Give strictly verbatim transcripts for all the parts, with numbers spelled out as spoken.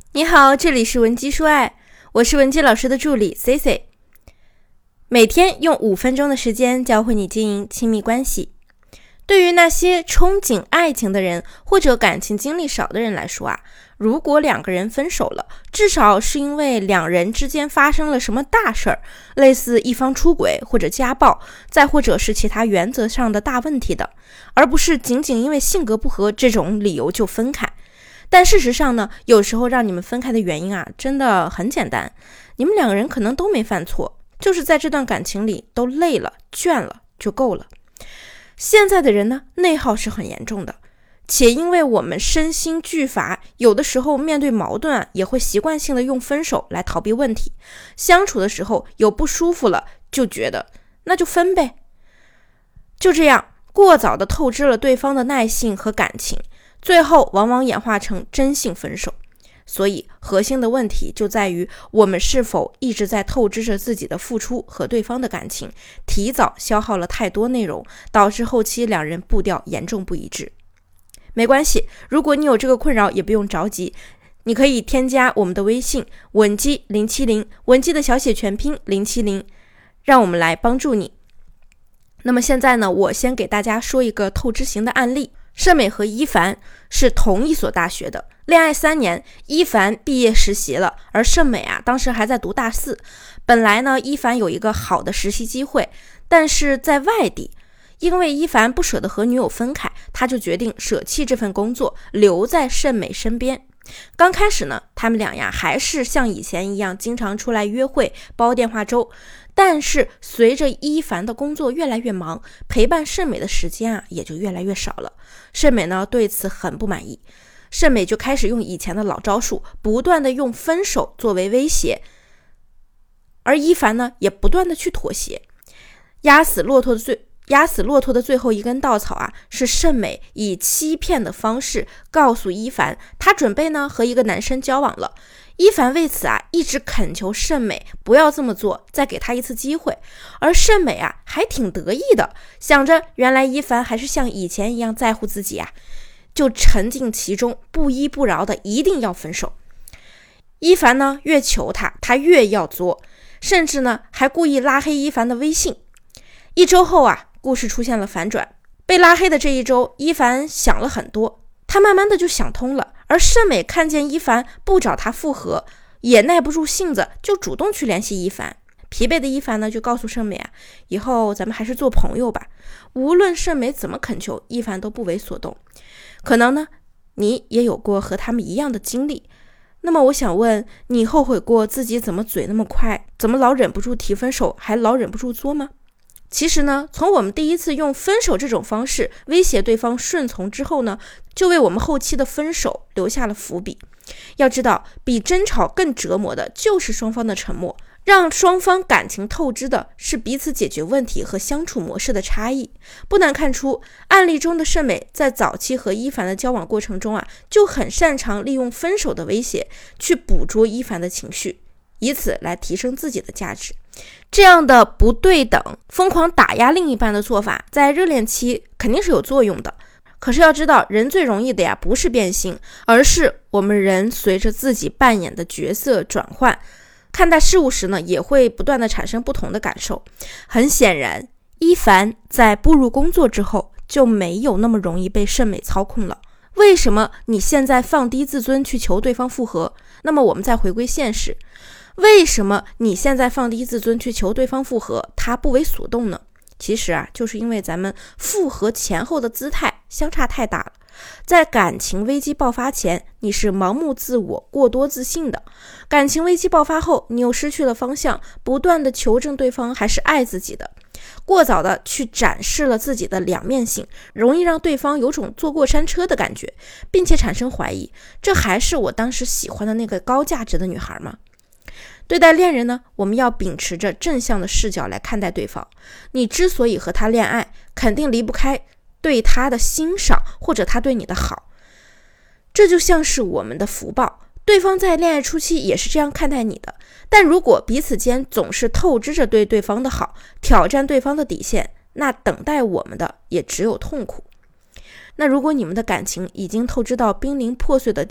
你好，这里是文姬说爱，我是文姬老师的助理 C C， 每天用五分钟的时间教会你经营亲密关系。对于那些憧憬爱情的人或者感情经历少的人来说啊，如果两个人分手了，至少是因为两人之间发生了什么大事儿，类似一方出轨或者家暴，再或者是其他原则上的大问题的，而不是仅仅因为性格不合这种理由就分开。但事实上呢，有时候让你们分开的原因啊，真的很简单，你们两个人可能都没犯错，就是在这段感情里都累了、倦了就够了。现在的人呢，内耗是很严重的，且因为我们身心俱乏，有的时候面对矛盾啊，也会习惯性的用分手来逃避问题。相处的时候有不舒服了，就觉得那就分呗。就这样过早的透支了对方的耐性和感情，最后往往演化成真性分手。所以核心的问题就在于我们是否一直在透支着自己的付出和对方的感情，提早消耗了太多内容，导致后期两人步调严重不一致。没关系，如果你有这个困扰也不用着急，你可以添加我们的微信文姬零七零，文姬的小写全拼零七零，让我们来帮助你。那么现在呢，我先给大家说一个透支型的案例。盛美和伊凡是同一所大学的，恋爱三年，伊凡毕业实习了，而盛美啊，当时还在读大四。本来呢，伊凡有一个好的实习机会，但是在外地，因为伊凡不舍得和女友分开，他就决定舍弃这份工作，留在盛美身边。刚开始呢，他们俩呀还是像以前一样经常出来约会煲电话粥，但是随着伊凡的工作越来越忙，陪伴盛美的时间啊也就越来越少了。盛美呢对此很不满意，盛美就开始用以前的老招数，不断的用分手作为威胁，而伊凡呢也不断的去妥协。压死骆驼的最压死骆驼的最后一根稻草啊，是盛美以欺骗的方式告诉伊凡，他准备呢和一个男生交往了。伊凡为此啊一直恳求盛美不要这么做，再给他一次机会。而盛美啊还挺得意的，想着原来伊凡还是像以前一样在乎自己啊，就沉浸其中，不依不饶的一定要分手。伊凡呢越求他，他越要作，甚至呢还故意拉黑伊凡的微信。一周后啊，故事出现了反转。被拉黑的这一周，伊凡想了很多，他慢慢的就想通了。而盛美看见伊凡不找他复合，也耐不住性子，就主动去联系伊凡。疲惫的伊凡呢，就告诉盛美啊，以后咱们还是做朋友吧。无论盛美怎么恳求，伊凡都不为所动。可能呢，你也有过和他们一样的经历。那么我想问，你后悔过自己怎么嘴那么快，怎么老忍不住提分手，还老忍不住作吗？其实呢，从我们第一次用分手这种方式威胁对方顺从之后呢，就为我们后期的分手留下了伏笔。要知道，比争吵更折磨的就是双方的沉默，让双方感情透支的是彼此解决问题和相处模式的差异。不难看出，案例中的盛美在早期和伊凡的交往过程中啊，就很擅长利用分手的威胁去捕捉伊凡的情绪，以此来提升自己的价值。这样的不对等、疯狂打压另一半的做法，在热恋期肯定是有作用的。可是要知道，人最容易的呀，不是变心，而是我们人随着自己扮演的角色转换，看待事物时呢，也会不断的产生不同的感受。很显然，伊凡在步入工作之后，就没有那么容易被盛美操控了。为什么你现在放低自尊去求对方复合？那么我们再回归现实，为什么你现在放低自尊去求对方复合，他不为所动呢？其实啊，就是因为咱们复合前后的姿态相差太大了。在感情危机爆发前，你是盲目自我、过多自信的；感情危机爆发后，你又失去了方向，不断的求证对方还是爱自己的。过早的去展示了自己的两面性，容易让对方有种坐过山车的感觉，并且产生怀疑，这还是我当时喜欢的那个高价值的女孩吗？对待恋人呢，我们要秉持着正向的视角来看待对方。你之所以和他恋爱，肯定离不开对他的欣赏或者他对你的好，这就像是我们的福报。对方在恋爱初期也是这样看待你的，但如果彼此间总是透支着对对方的好，挑战对方的底线，那等待我们的也只有痛苦。那如果你们的感情已经透支到濒临破碎的地步，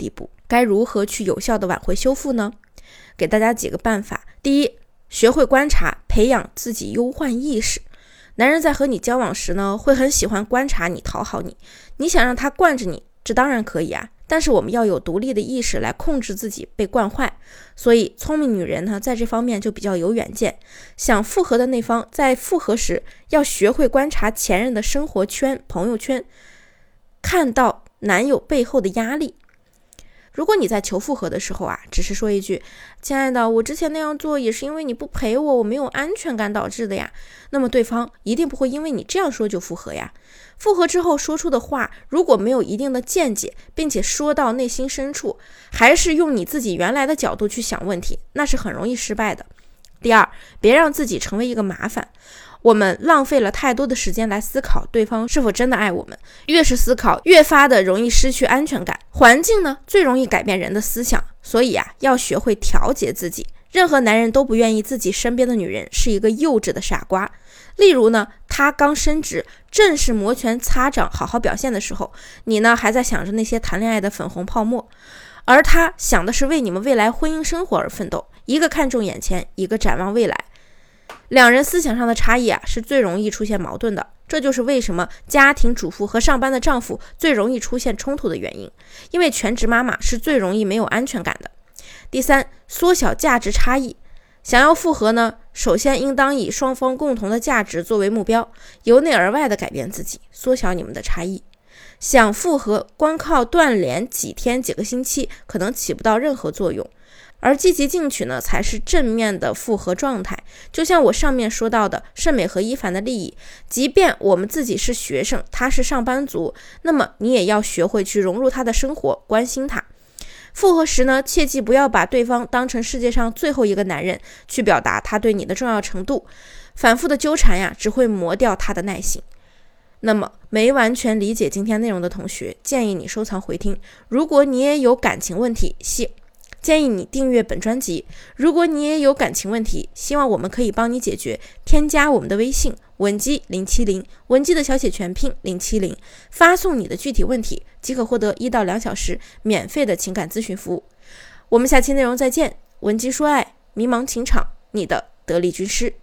该如何去有效的挽回修复呢？给大家几个办法。第一，学会观察，培养自己忧患意识。男人在和你交往时呢，会很喜欢观察你，讨好你。你想让他惯着你，这当然可以啊，但是我们要有独立的意识来控制自己被惯坏。所以聪明女人呢，在这方面就比较有远见。想复合的那方在复合时，要学会观察前任的生活圈、朋友圈，看到男友背后的压力。如果你在求复合的时候啊，只是说一句亲爱的，我之前那样做也是因为你不陪我，我没有安全感导致的呀，那么对方一定不会因为你这样说就复合呀。复合之后说出的话，如果没有一定的见解，并且说到内心深处，还是用你自己原来的角度去想问题，那是很容易失败的。第二，别让自己成为一个麻烦。我们浪费了太多的时间来思考对方是否真的爱我们，越是思考越发的容易失去安全感。环境呢，最容易改变人的思想，所以啊，要学会调节自己。任何男人都不愿意自己身边的女人是一个幼稚的傻瓜。例如呢，他刚升职，正是摩拳擦掌好好表现的时候，你呢还在想着那些谈恋爱的粉红泡沫，而他想的是为你们未来婚姻生活而奋斗。一个看重眼前，一个展望未来。两人思想上的差异啊，是最容易出现矛盾的。这就是为什么家庭主妇和上班的丈夫最容易出现冲突的原因，因为全职妈妈是最容易没有安全感的。第三，缩小价值差异。想要复合呢，首先应当以双方共同的价值作为目标，由内而外的改变自己，缩小你们的差异。想复合，光靠断联几天几个星期可能起不到任何作用，而积极进取呢，才是正面的复合状态。就像我上面说到的盛美和伊凡的利益，即便我们自己是学生，他是上班族，那么你也要学会去融入他的生活，关心他。复合时呢，切记不要把对方当成世界上最后一个男人，去表达他对你的重要程度。反复的纠缠呀，只会磨掉他的耐心。那么没完全理解今天内容的同学，建议你收藏回听。如果你也有感情问题，希建议你订阅本专辑。如果你也有感情问题，希望我们可以帮你解决，添加我们的微信文姬零七零，文姬的小写全拼零七零，发送你的具体问题，即可获得一到两小时免费的情感咨询服务。我们下期内容再见。文姬说爱，迷茫情场，你的得力军师。